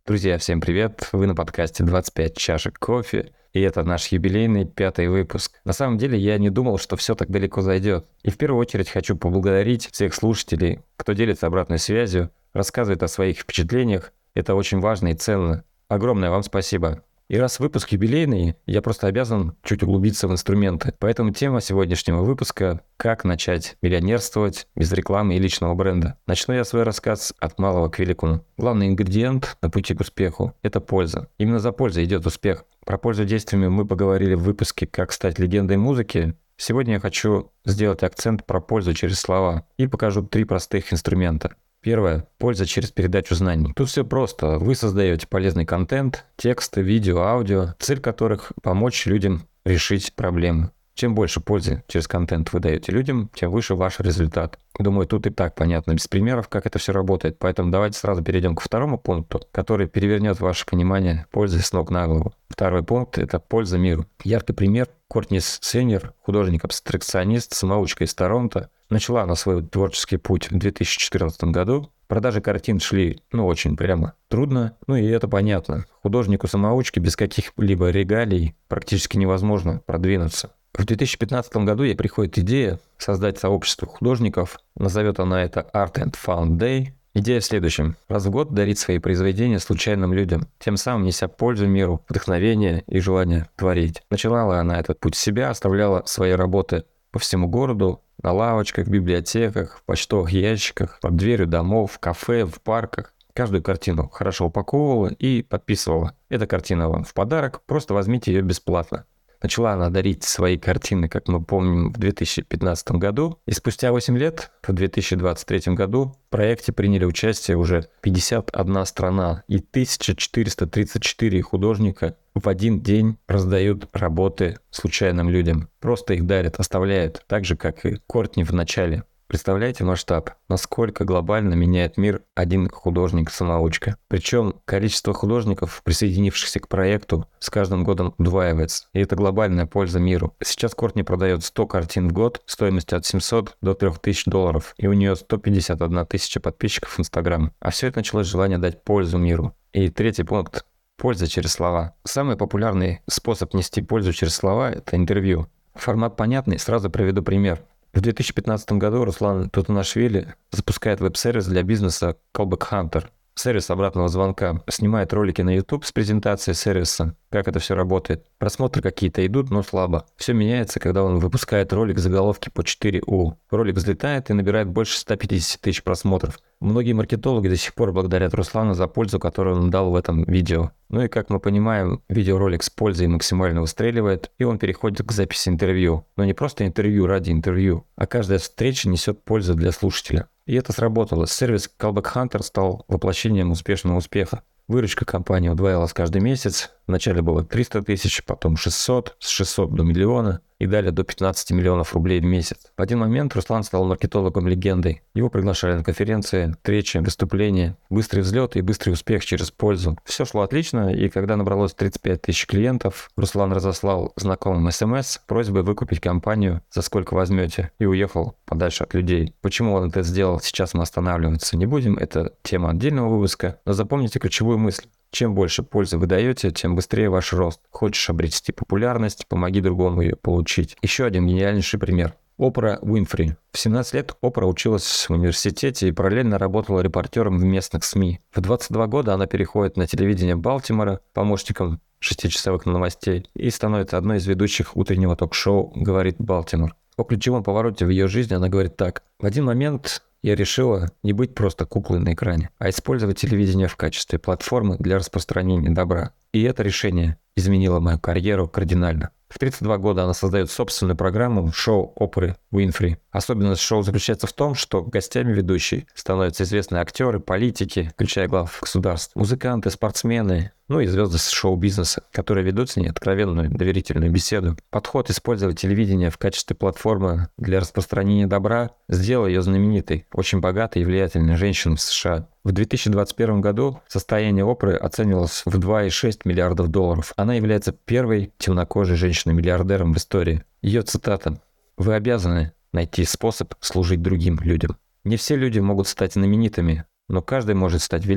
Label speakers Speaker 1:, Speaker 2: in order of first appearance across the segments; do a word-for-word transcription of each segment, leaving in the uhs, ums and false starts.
Speaker 1: Друзья, всем привет! Вы на подкасте двадцать пять чашек кофе, и это наш юбилейный пятый выпуск. На самом деле я не думал, что все так далеко зайдет. И в первую очередь хочу поблагодарить всех слушателей, кто делится обратной связью, рассказывает о своих впечатлениях. Это очень важно и ценно. Огромное вам спасибо. И раз выпуск юбилейный, я просто обязан чуть углубиться в инструменты. Поэтому тема сегодняшнего выпуска – как начать миллионерствовать без рекламы и личного бренда. Начну я свой рассказ от малого к великому. Главный ингредиент на пути к успеху – это польза. Именно за пользой идет успех. Про пользу действиями мы поговорили в выпуске «Как стать легендой музыки». Сегодня я хочу сделать акцент про пользу через слова и покажу три простых инструмента. Первое. Польза через передачу знаний. Тут все просто. Вы создаете полезный контент, тексты, видео, аудио, цель которых – помочь людям решить проблемы. Чем больше пользы через контент вы даете людям, тем выше ваш результат. Думаю, тут и так понятно без примеров, как это все работает. Поэтому давайте сразу перейдем ко второму пункту, который перевернет ваше понимание пользы с ног на голову. Второй пункт – это польза миру. Яркий пример – Кортни Сеньер, художник-абстракционист, самоучка из Торонто. Начала она свой творческий путь в две тысячи четырнадцатом году. Продажи картин шли, ну, очень прямо трудно. Ну, и это понятно. Художнику-самоучке без каких-либо регалий практически невозможно продвинуться. В две тысячи пятнадцатом году ей приходит идея создать сообщество художников. Назовет она это Art and Found Day. Идея в следующем. Раз в год дарить свои произведения случайным людям, тем самым неся пользу миру, вдохновение и желание творить. Начала она этот путь с себя, оставляла свои работы по всему городу, на лавочках, в библиотеках, в почтовых ящиках, под дверью домов, в кафе, в парках. Каждую картину хорошо упаковывала и подписывала. Эта картина вам в подарок, просто возьмите ее бесплатно. Начала она дарить свои картины, как мы помним, в две тысячи пятнадцатом году. И спустя восемь лет, в две тысячи двадцать третьем году, в проекте приняли участие уже пятьдесят одна страна. И тысяча четыреста тридцать четыре художника в один день раздают работы случайным людям. Просто их дарят, оставляют, так же, как и Кортни в начале. Представляете масштаб, насколько глобально меняет мир один художник-самоучка. Причем количество художников, присоединившихся к проекту, с каждым годом удваивается. И это глобальная польза миру. Сейчас Кортни продает сто картин в год стоимостью от семисот до трёх тысяч долларов. И у нее сто пятьдесят одна тысяча подписчиков в Инстаграм. А все это началось с желания дать пользу миру. И третий пункт. Польза через слова. Самый популярный способ нести пользу через слова – это интервью. Формат понятный, сразу приведу пример. В две тысячи пятнадцатом году Руслан Тутанашвили запускает веб-сервис для бизнеса Callback Hunter. Сервис обратного звонка. Снимает ролики на YouTube с презентацией сервиса, как это все работает. Просмотры какие-то идут, но слабо. Все меняется, когда он выпускает ролик заголовки по четыре У. Ролик взлетает и набирает больше ста пятидесяти тысяч просмотров. Многие маркетологи до сих пор благодарят Руслана за пользу, которую он дал в этом видео. Ну и как мы понимаем, видеоролик с пользой максимально выстреливает, и он переходит к записи интервью. Но не просто интервью ради интервью, а каждая встреча несет пользу для слушателя. И это сработало. Сервис Callback Hunter стал воплощением успешного успеха. Выручка компании удваивалась каждый месяц. Вначале было триста тысяч, потом шестьсот, с шестисот до миллиона и далее до пятнадцати миллионов рублей в месяц. В один момент Руслан стал маркетологом-легендой. Его приглашали на конференции, встречи, выступления. Быстрый взлет и быстрый успех через пользу. Все шло отлично, и когда набралось тридцать пять тысяч клиентов, Руслан разослал знакомым смс с просьбой выкупить компанию за сколько возьмете, и уехал подальше от людей. Почему он это сделал, сейчас мы останавливаться не будем, это тема отдельного выпуска, но запомните ключевую мысль. Чем больше пользы вы даете, тем быстрее ваш рост. Хочешь обрести популярность, помоги другому ее получить. Еще один гениальнейший пример. Опра Уинфри. В семнадцать лет Опра училась в университете и параллельно работала репортером в местных СМИ. В двадцать два года она переходит на телевидение Балтимора помощником шестичасовых новостей и становится одной из ведущих утреннего ток-шоу «Говорит Балтимор». О ключевом повороте в ее жизни она говорит так. В один момент я решила не быть просто куклой на экране, а использовать телевидение в качестве платформы для распространения добра. И это решение изменило мою карьеру кардинально. В тридцать два года она создает собственную программу шоу Опры Уинфри. Особенность шоу заключается в том, что гостями ведущей становятся известные актеры, политики, включая глав государств, музыканты, спортсмены, ну и звезды шоу-бизнеса, которые ведут с ней откровенную доверительную беседу. Подход использовать телевидение в качестве платформы для распространения добра сделал ее знаменитой, очень богатой и влиятельной женщиной в США. В две тысячи двадцать первом году состояние Опры оценивалось в два целых шесть десятых миллиардов долларов. Она является первой темнокожей женщиной-миллиардером в истории. Ее цитата: «Вы обязаны найти способ служить другим людям. Не все люди могут стать знаменитыми, но каждый может стать великим.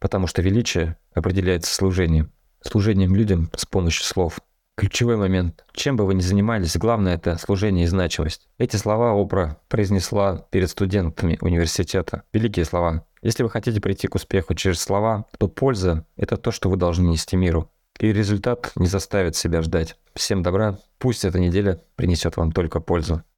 Speaker 1: потому что величие определяется служением. Служением людям с помощью слов. Ключевой момент. Чем бы вы ни занимались, главное – это служение и значимость. Эти слова Опра произнесла перед студентами университета. Великие слова. Если вы хотите прийти к успеху через слова, то польза – это то, что вы должны нести миру. И результат не заставит себя ждать. Всем добра. Пусть эта неделя принесет вам только пользу.